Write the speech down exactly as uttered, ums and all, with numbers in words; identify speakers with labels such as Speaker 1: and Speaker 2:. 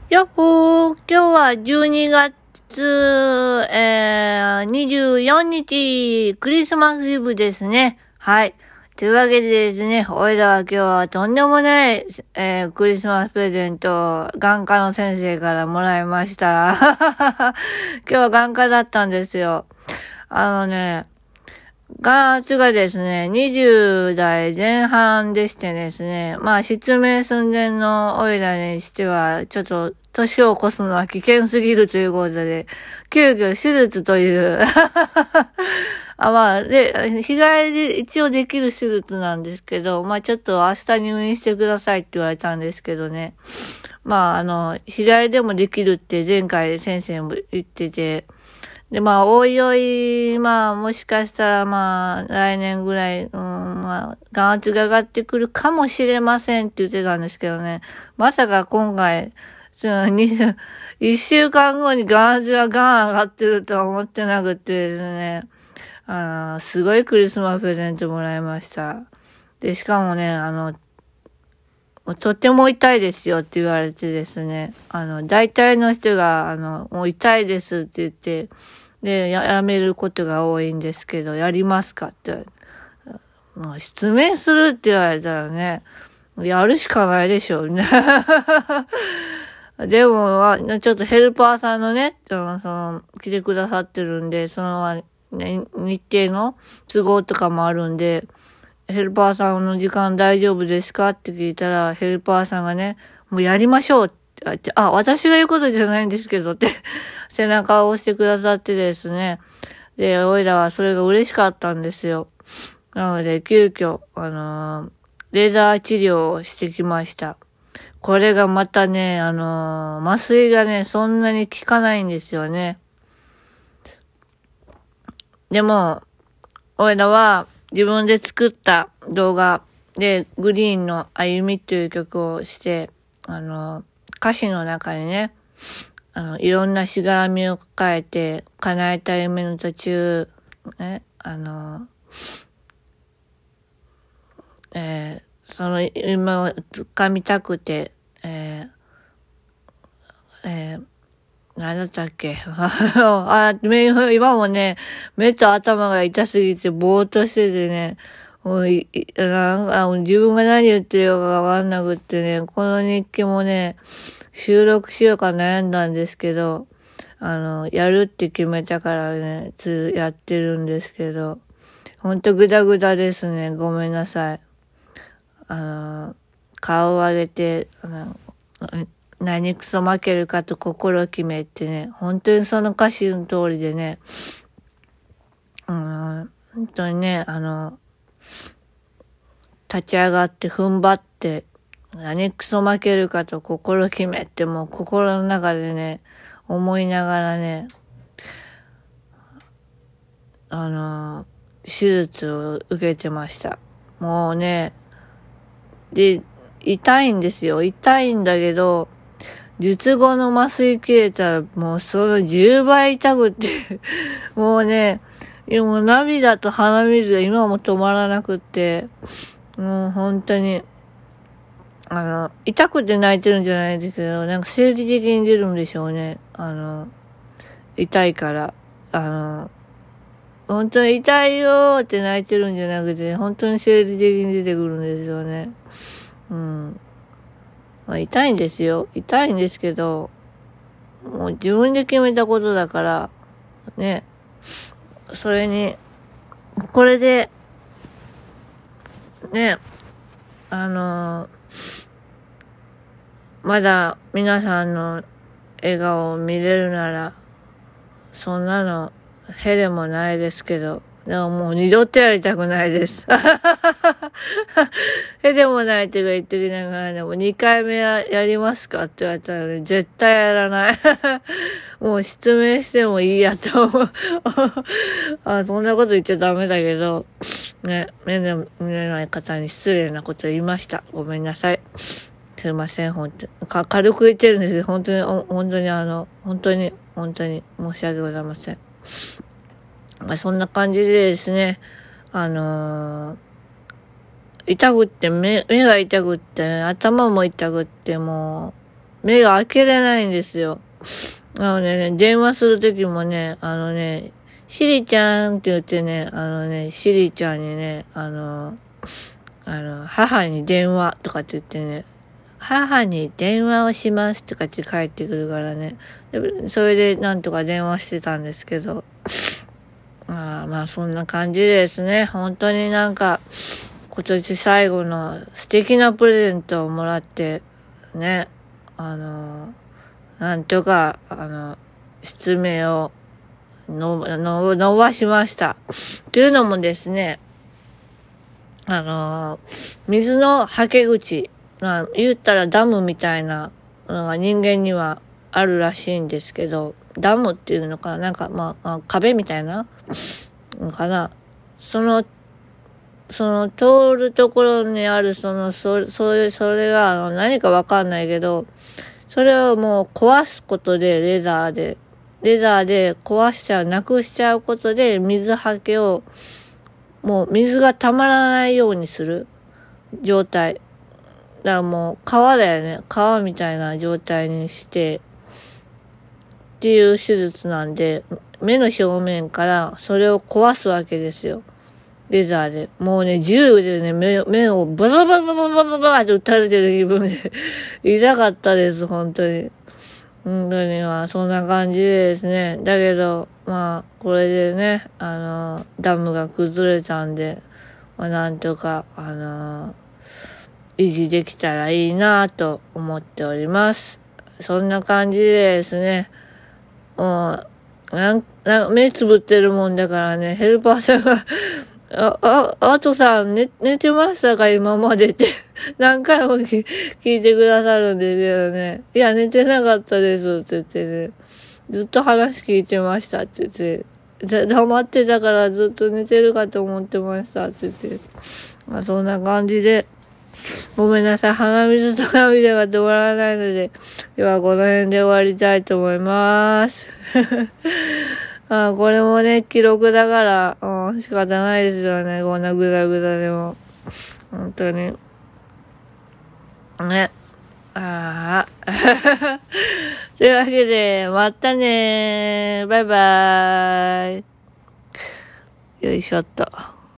Speaker 1: やっほー、今日はじゅうにがつ、えー、にじゅうよっか、クリスマスイブですね。はい。というわけでですね、おいらは今日はとんでもない、えー、クリスマスプレゼントを眼科の先生からもらいました。今日は眼科だったんですよ。あのね、眼圧がですね、にじゅう代前半でしてですね、まあ失明寸前のオイラにしては、ちょっと年を越すのは危険すぎるということで、急遽手術というあ、まあ、で、日帰りで一応できる手術なんですけど、まあちょっと明日入院してくださいって言われたんですけどね。まああの、日帰りでもできるって前回先生も言ってて、で、まあ、おいおい、まあ、もしかしたら、まあ、来年ぐらい、うん、まあ、眼圧が上がってくるかもしれませんって言ってたんですけどね。まさか今回、その、に、一週間後に眼圧がガン上がってるとは思ってなくてですね。あの、すごいクリスマスプレゼントもらいました。で、しかもね、あの、とっても痛いですよって言われてですね。あの、大体の人が、あの、もう痛いですって言って、で、や、やめることが多いんですけど、やりますかって。もう失明するって言われたらね、やるしかないでしょうね。でも、ちょっとヘルパーさんのね、その、その来てくださってるんで、その、ね、日程の都合とかもあるんで、ヘルパーさんの時間大丈夫ですかって聞いたら、ヘルパーさんがね、もうやりましょうって言って、あ、私が言うことじゃないんですけどって背中を押してくださってですね。で、おいらはそれが嬉しかったんですよ。なので、急遽、あのー、レーザー治療をしてきました。これがまたね、あのー、麻酔がね、そんなに効かないんですよね。でも、おいらは自分で作った動画で、グリーンの歩みっていう曲をして、あのー、歌詞の中にね、あの、いろんなしがらみを抱えて、叶えた夢の途中、ね、あの、えー、その夢を掴みたくて、えー、えー、何だったっけあ、今もね、目と頭が痛すぎてぼーっとしててね、もういなんか自分が何言ってるかわかんなくってね、この日記もね、収録しようか悩んだんですけど、あの、やるって決めたからね、つ、やってるんですけど、ほんとグダグダですね。ごめんなさい。あの、顔を上げて、あの、何クソ負けるかと心決めってね、本当にその歌詞の通りでね、うん、本当にね、あの、立ち上がって踏ん張って、何クソ負けるかと心決めってもう心の中でね、思いながらね、あの、手術を受けてました。もうね、で、痛いんですよ。痛いんだけど、術後の麻酔切れたらもうそのじゅうばい痛くってもうね、もう涙と鼻水が今も止まらなくって、もう本当に、あの、痛くて泣いてるんじゃないんですけど、なんか生理的に出るんでしょうね。あの、痛いから。あの、本当に痛いよーって泣いてるんじゃなくて、本当に生理的に出てくるんですよね。うん。まあ痛いんですよ。痛いんですけど、もう自分で決めたことだから、ね。それに、これで、ね、あのー、まだ皆さんの笑顔を見れるなら、そんなの、へでもないですけど、でももう二度とやりたくないです。へでもないって言ってきながらね、もう二回目ややりますかって言われたらね、絶対やらない。もう失明してもいいやと思う。あ、そんなこと言っちゃダメだけど、ね、目の見れない方に失礼なこと言いました。ごめんなさい。すいません、本当に。か、軽く言ってるんですけど、本当に、本当にあの、本当に、本当に申し訳ございません。まあ、そんな感じでですね、あのー、痛くって、目、目が痛くって、頭も痛くって、も目が開けれないんですよ。なのでね、電話するときもね、あのね、シリちゃんって言ってね、あのね、シリちゃんにね、あの、あの、母に電話とかって言ってね、母に電話をしますとかって帰ってくるからね、それでなんとか電話してたんですけど、あまあそんな感じですね。本当になんか、今年最後の素敵なプレゼントをもらって、ね、あの、なんとか、あの、失明をの、の、伸ばしました。というのもですね、あの、水のはけ口、まあ、言ったらダムみたいなのが人間にはあるらしいんですけど、ダムっていうのかな、なんかまあ、まあ、壁みたいなのかな。その、その通るところにある、その、そ、そういう、それがあの何かわかんないけど、それをもう壊すことで、レザーで、レザーで壊しちゃう、なくしちゃうことで、水はけを、もう水がたまらないようにする状態。だからもう川だよね。川みたいな状態にして、っていう手術なんで、目の表面からそれを壊すわけですよ。レザーで。もうね、銃でね、目、目をバサバサバサバサバって撃たれてる気分で痛かったです、本当に。本当にまあ、そんな感じでですね。だけど、まあ、これでね、あの、ダムが崩れたんで、まあ、なんとか、あの、維持できたらいいなと思っております。そんな感じでですね、もう、なん、なん目つぶってるもんだからね、ヘルパーさんが、あ、あ、あとさん、寝、寝てましたか今までって何回も聞いてくださるんですけどね。いや、寝てなかったですって言ってね。ずっと話聞いてましたって言って。黙ってたからずっと寝てるかと思ってましたって言って。まあそんな感じで。ごめんなさい。鼻水と涙が止まらないので、ではこの辺で終わりたいと思います。あこれもね、記録だから、うん、仕方ないですよね。こんなグダグダでも。本当に。ね。ああ。というわけで、またねー。バイバーイ。よいしょっと。